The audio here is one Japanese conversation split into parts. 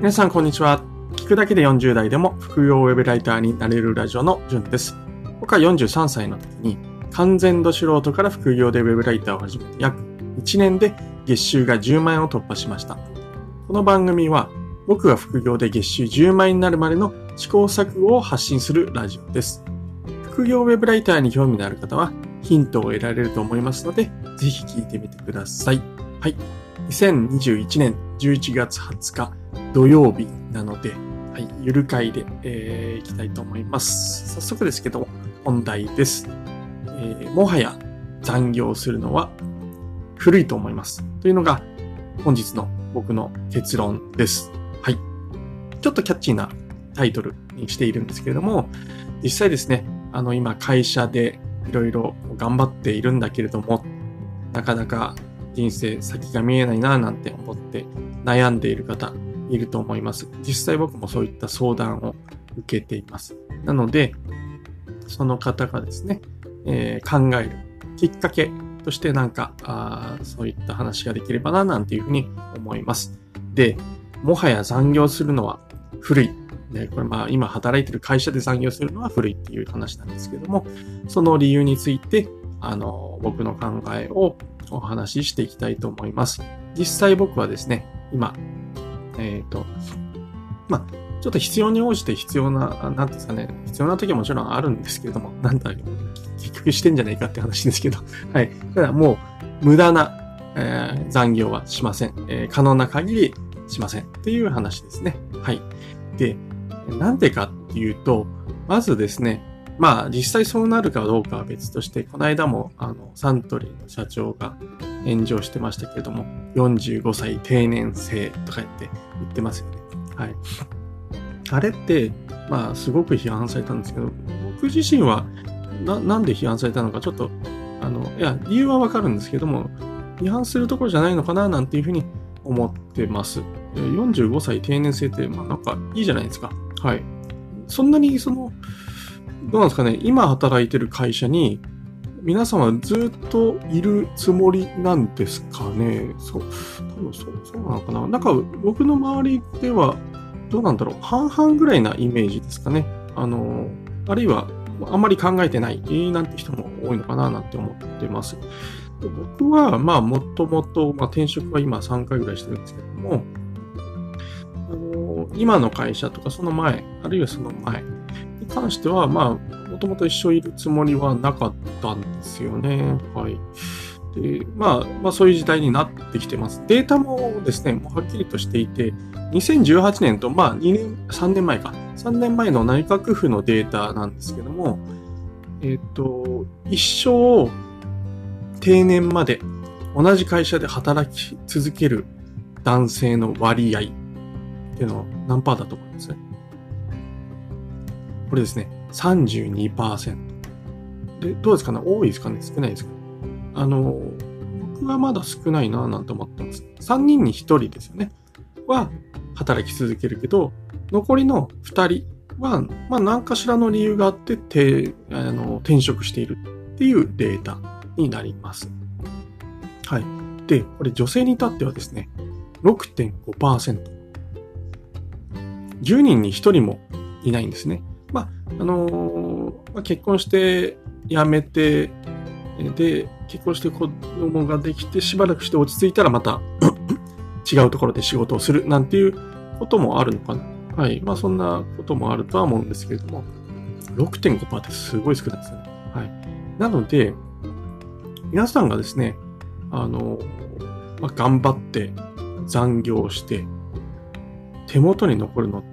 皆さん、こんにちは。聞くだけで40代でも副業ウェブライターになれるラジオのじゅんです。僕は43歳の時に完全度素人から副業でウェブライターを始めて約1年で月収が10万円を突破しました。この番組は僕が副業で月収10万円になるまでの試行錯誤を発信するラジオです。副業ウェブライターに興味のある方はヒントを得られると思いますので、ぜひ聞いてみてください。はい。2021年11月20日土曜日なので、はい、ゆる会で、いきたいと思います。早速ですけど、本題です。もはや残業するのは古いと思います。というのが本日の僕の結論です。はい。ちょっとキャッチーなタイトルにしているんですけれども、実際ですね、今会社でいろいろ頑張っているんだけれども、なかなか人生先が見えないなぁなんて思って悩んでいる方いると思います。実際僕もそういった相談を受けています。なので、その方がですね、考えるきっかけとしてそういった話ができればななんていうふうに思います。で、もはや残業するのは古い。ね、これ今働いてる会社で残業するのは古いっていう話なんですけども、その理由について、僕の考えをお話ししていきたいと思います。実際僕はですね、今、ちょっと必要に応じて必要な時はもちろんあるんですけれども、結局してんじゃないかって話ですけど、はい。ただもう、無駄な、残業はしません。可能な限りしません。っていう話ですね。はい。で、なんでかっていうと、まずですね、実際そうなるかどうかは別として、この間も、サントリーの社長が炎上してましたけれども、45歳定年制とか言ってますよね。はい。あれって、すごく批判されたんですけど、僕自身は、なんで批判されたのか、ちょっと、理由はわかるんですけども、批判するところじゃないのかな、なんていうふうに思ってます。45歳定年制って、いいじゃないですか。はい。そんなに、どうなんですかね、今働いてる会社に、皆さんはずっといるつもりなんですかね。多分そうなのかな。僕の周りでは、どうなんだろう。半々ぐらいなイメージですかね。あるいは、あんまり考えてないなんて人も多いのかななんて思ってます。僕は、もともと、転職は今3回ぐらいしてるんですけども、今の会社とかその前、あるいはその前に関しては、もともと一緒いるつもりはなかったんですよね。はい。で、そういう時代になってきてます。データもですね、もうはっきりとしていて、2018年と、3年前か。3年前の内閣府のデータなんですけども、一生定年まで同じ会社で働き続ける男性の割合っていうのは何パーだと思います？これですね、32%。で、どうですかね？多いですかね？少ないですかね？僕はまだ少ないなぁなんて思ってます。3人に1人ですよね。は働き続けるけど、残りの2人は、何かしらの理由があって転職しているっていうデータになります。はい。で、これ女性に至ってはですね、6.5%。10人に1人もいないんですね。結婚して辞めて、で、結婚して子供ができてしばらくして落ち着いたらまた違うところで仕事をするなんていうこともあるのかな。はい。そんなこともあるとは思うんですけれども、6.5% ってすごい少ないですよね。はい。なので、皆さんがですね、頑張って残業して手元に残るのって、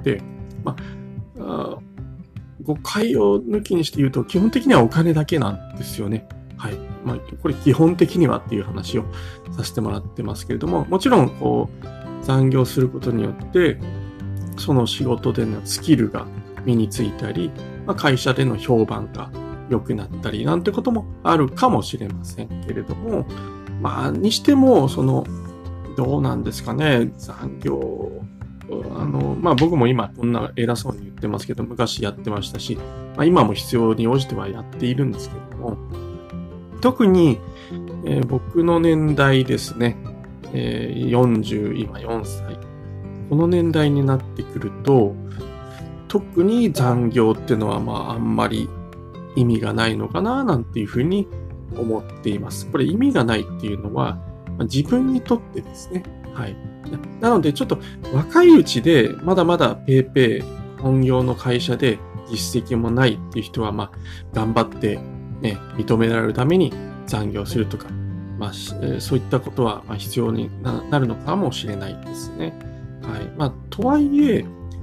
誤解を抜きにして言うと基本的にはお金だけなんですよね。はい。これ基本的にはっていう話をさせてもらってますけれども、もちろん残業することによってその仕事でのスキルが身についたり、会社での評判が良くなったりなんてこともあるかもしれませんけれども、にしてもどうなんですかね、残業。僕も今こんな偉そうに言ってますけど、昔やってましたし、今も必要に応じてはやっているんですけども、特に、僕の年代ですね、今4歳。 この年代になってくると、特に残業っていうのはあんまり意味がないのかななんていうふうに思っています。これ意味がないっていうのは、自分にとってですね。はい。なのでちょっと若いうちでまだまだペーペー本業の会社で実績もないっていう人は頑張ってね、認められるために残業するとか、そういったことは必要になるのかもしれないですね。はい。とはいえ、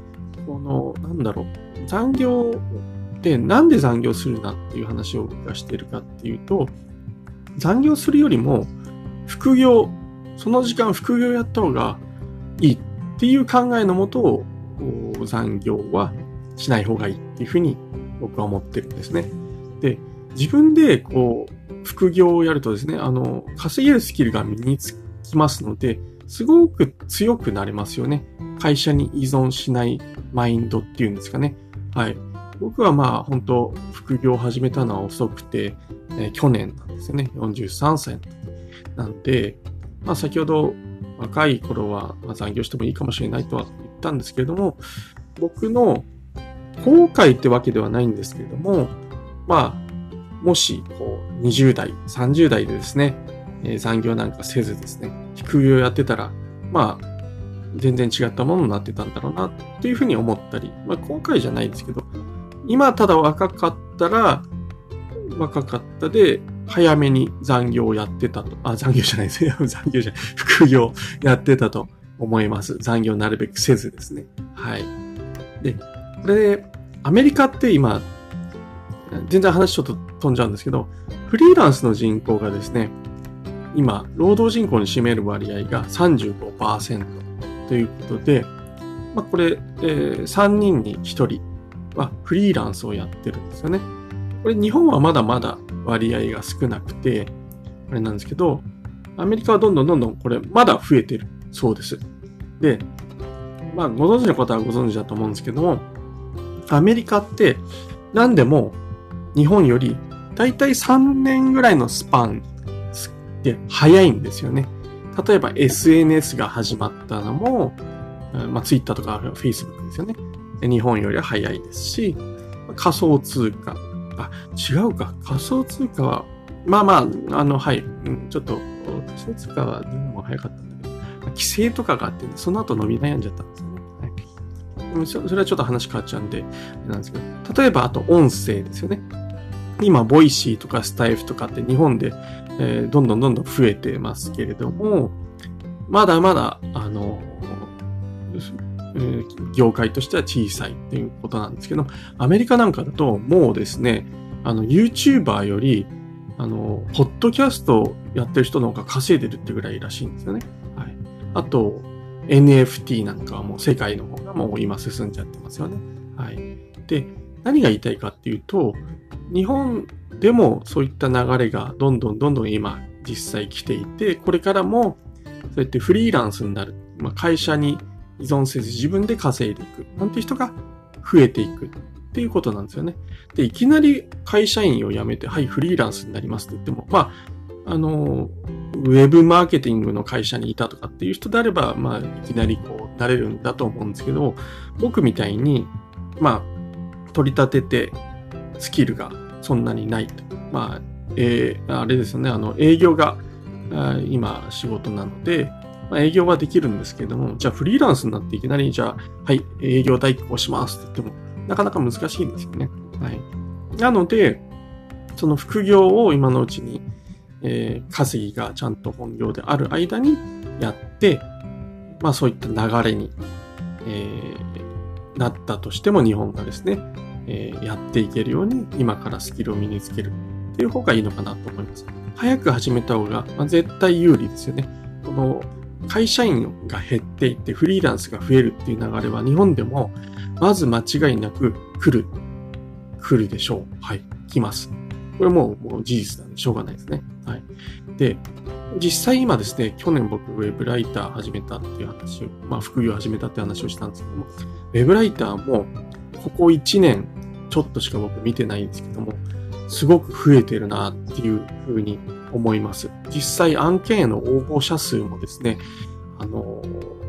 残業でなんで残業するなっていう話を僕がしているかっていうと、残業するよりも副業、その時間副業やった方がいいっていう考えのもとを残業はしない方がいいっていうふうに僕は思ってるんですね。で、自分で副業をやるとですね、稼げるスキルが身につきますので、すごく強くなれますよね。会社に依存しないマインドっていうんですかね。はい。僕は本当副業を始めたのは遅くて、去年なんですよね。43歳の時なんで、先ほど若い頃は残業してもいいかもしれないとは言ったんですけれども、僕の後悔ってわけではないんですけれども、もし20代、30代でですね、残業なんかせずですね、副業やってたら、全然違ったものになってたんだろうなっていうふうに思ったり、後悔じゃないですけど、今ただ若かったで、早めに残業をやってたと。残業じゃないですよ。副業やってたと思います。残業なるべくせずですね。はい。で、これで、アメリカって今、全然話ちょっと飛んじゃうんですけど、フリーランスの人口がですね、今、労働人口に占める割合が 35% ということで、これ、3人に1人はフリーランスをやってるんですよね。これ日本はまだまだ割合が少なくて、あれなんですけど、アメリカはどんどんこれまだ増えてるそうです。で、ご存知の方はご存知だと思うんですけども、アメリカって何でも日本よりだいたい3年ぐらいのスパンで早いんですよね。例えば SNS が始まったのも、Twitter とか Facebook ですよね。日本よりは早いですし、仮想通貨。違うか。仮想通貨は、はい。ちょっと、仮想通貨は日本も早かったんだけど、規制とかがあって、その後伸び悩んじゃったんですよね。はい。それはちょっと話変わっちゃうんで、なんですけど、例えばあと音声ですよね。今、ボイシーとかスタイフとかって日本で、どんどん増えてますけれども、まだまだ、業界としては小さいっていうことなんですけど、アメリカなんかだともうですね、YouTuber より、ポッドキャストをやってる人の方が稼いでるってぐらいらしいんですよね。はい。あと、NFT なんかはもう世界の方がもう今進んじゃってますよね。はい。で、何が言いたいかっていうと、日本でもそういった流れがどんどん今実際来ていて、これからもそうやってフリーランスになる、会社に依存せず自分で稼いでいくなんていう人が増えていくっていうことなんですよね。で、いきなり会社員を辞めて、はい、フリーランスになりますって言っても、ウェブマーケティングの会社にいたとかっていう人であれば、いきなりなれるんだと思うんですけど、僕みたいに、取り立ててスキルがそんなにないと。あれですよね、営業が今仕事なので、営業はできるんですけれども、じゃあフリーランスになっていきなり、じゃあ、はい、営業代行しますって言っても、なかなか難しいんですよね。はい。なので、その副業を今のうちに、稼ぎがちゃんと本業である間にやって、そういった流れに、なったとしても日本がですね、やっていけるように今からスキルを身につけるっていう方がいいのかなと思います。早く始めた方が、絶対有利ですよね。この会社員が減っていってフリーランスが増えるっていう流れは日本でもまず間違いなく来るでしょう。はい。来ます。これもう事実なんでしょうがないですね。はい。で、実際今ですね、去年僕ウェブライター始めたっていう話を、副業始めたって話をしたんですけども、ウェブライターもここ1年ちょっとしか僕見てないんですけども、すごく増えてるなっていうふうに思います。実際案件への応募者数もですね、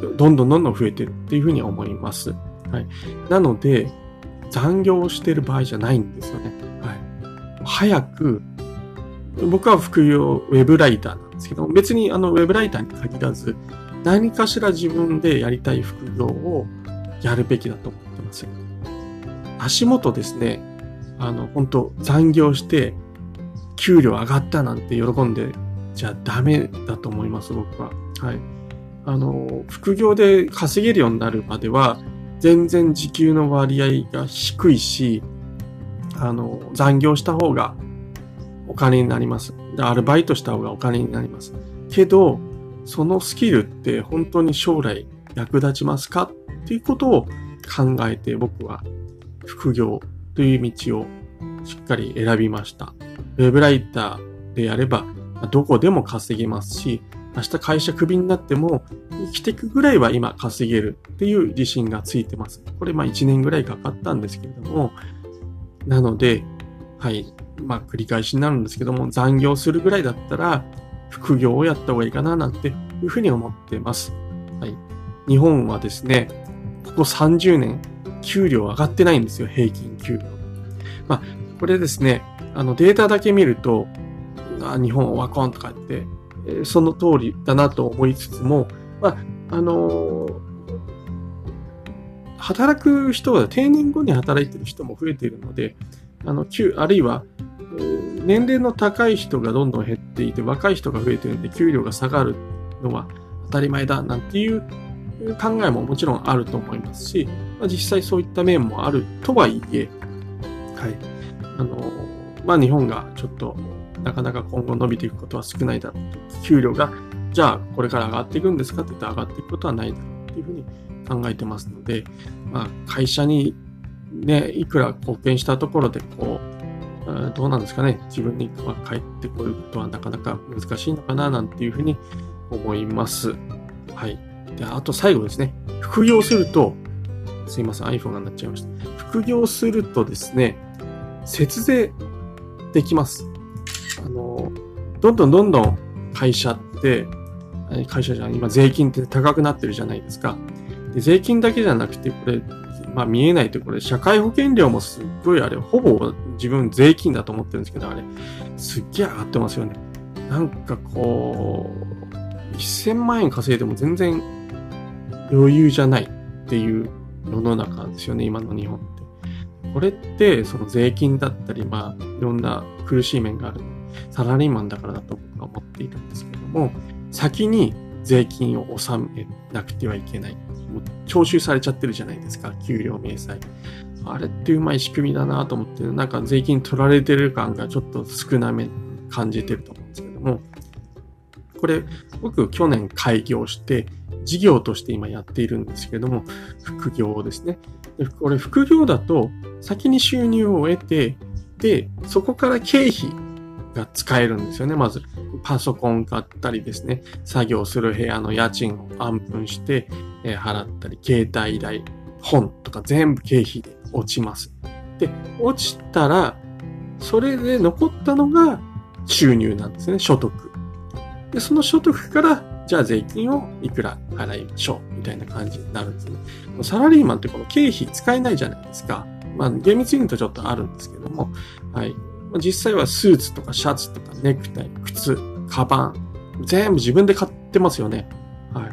どんどん増えてるっていうふうに思います。はい。なので、残業をしてる場合じゃないんですよね。はい。早く、僕は副業ウェブライターなんですけど、別にウェブライターに限らず、何かしら自分でやりたい副業をやるべきだと思ってます。足元ですね、本当残業して、給料上がったなんて喜んでじゃダメだと思います、僕は。はい。副業で稼げるようになるまでは、全然時給の割合が低いし、残業した方がお金になります。アルバイトした方がお金になります。けど、そのスキルって本当に将来役立ちますかっていうことを考えて僕は副業という道をしっかり選びました。ウェブライターでやればどこでも稼げますし、明日会社クビになっても生きていくぐらいは今稼げるっていう自信がついてます。これ1年ぐらいかかったんですけれども、なので、はい、繰り返しになるんですけども、残業するぐらいだったら副業をやった方がいいかななんていうふうに思っています。はい。日本はですね、ここ30年給料上がってないんですよ、平均給料。これですね、データだけ見ると、日本オワコンとかって、その通りだなと思いつつも、働く人が定年後に働いてる人も増えているので、あるいは、年齢の高い人がどんどん減っていて、若い人が増えているので、給料が下がるのは当たり前だなんていう考えももちろんあると思いますし、実際そういった面もあるとはいえ、はい。日本がちょっとなかなか今後伸びていくことは少ないだろうと。給料が、じゃあこれから上がっていくんですかって言ったら上がっていくことはないだろうっていうふうに考えてますので、会社にね、いくら貢献したところでどうなんですかね。自分に返ってこることはなかなか難しいのかななんていうふうに思います。はい。で、あと最後ですね。副業すると、すいません、iPhone が鳴っちゃいました。副業するとですね、節税できます。どんどん会社じゃない、今税金って高くなってるじゃないですか。で、税金だけじゃなくて、これ、見えないとこれ、社会保険料もすっごいほぼ自分税金だと思ってるんですけど、すっげえ上がってますよね。なんか1000万円稼いでも全然余裕じゃないっていう世の中ですよね、今の日本って。これって、その税金だったり、いろんな苦しい面がある。サラリーマンだからだと僕は思っているんですけども、先に税金を納めなくてはいけない。もう徴収されちゃってるじゃないですか、給料明細。あれってうまい仕組みだなと思って、なんか税金取られてる感がちょっと少なめ感じてると思うんですけども、これ僕去年開業して事業として今やっているんですけども、副業ですね。でこれ副業だと先に収入を得て、で、そこから経費が使えるんですよね。まず、パソコン買ったりですね、作業する部屋の家賃を安分して、払ったり、携帯代、本とか全部経費で落ちます。で、落ちたら、それで残ったのが収入なんですね、所得。で、その所得から、じゃあ税金をいくら払いましょう、みたいな感じになるんですね。サラリーマンってこの経費使えないじゃないですか。厳密に言うとちょっとあるんですけども、はい。実際はスーツとかシャツとかネクタイ、靴、カバン、全部自分で買ってますよね。はい。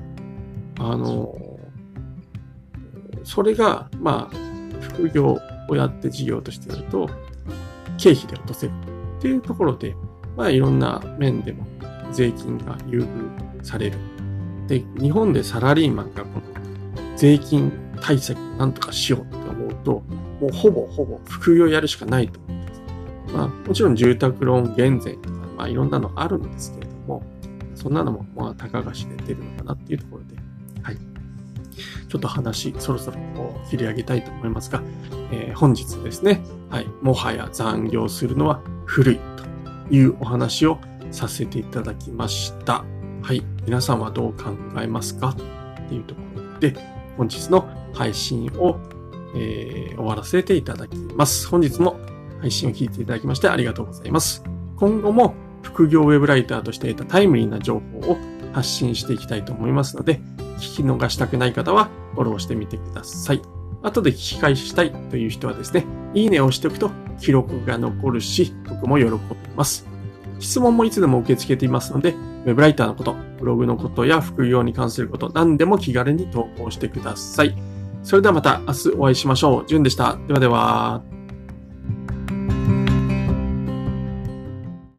それが、副業をやって事業としてやると、経費で落とせるっていうところで、いろんな面でも税金が優遇される。で、日本でサラリーマンがこの税金対策をなんとかしようって思うと、もうほぼ副業やるしかないと思うんです。もちろん住宅ローン減税とか、いろんなのあるんですけれども、そんなのもたかが知れてるのかなっていうところで、はい。ちょっと話、そろそろ切り上げたいと思いますが、本日ですね、はい。もはや残業するのは古いというお話をさせていただきました。はい。皆さんはどう考えますかっていうところで、本日の配信を、終わらせていただきます。本日も配信を聞いていただきましてありがとうございます。今後も副業ウェブライターとして得たタイムリーな情報を発信していきたいと思いますので、聞き逃したくない方はフォローしてみてください。後で聞き返したいという人はですね、いいねを押しておくと記録が残るし、僕も喜びます。質問もいつでも受け付けていますので、ウェブライターのこと、ブログのことや副業に関すること、何でも気軽に投稿してください。それではまた明日お会いしましょう。じゅんでした。ではでは。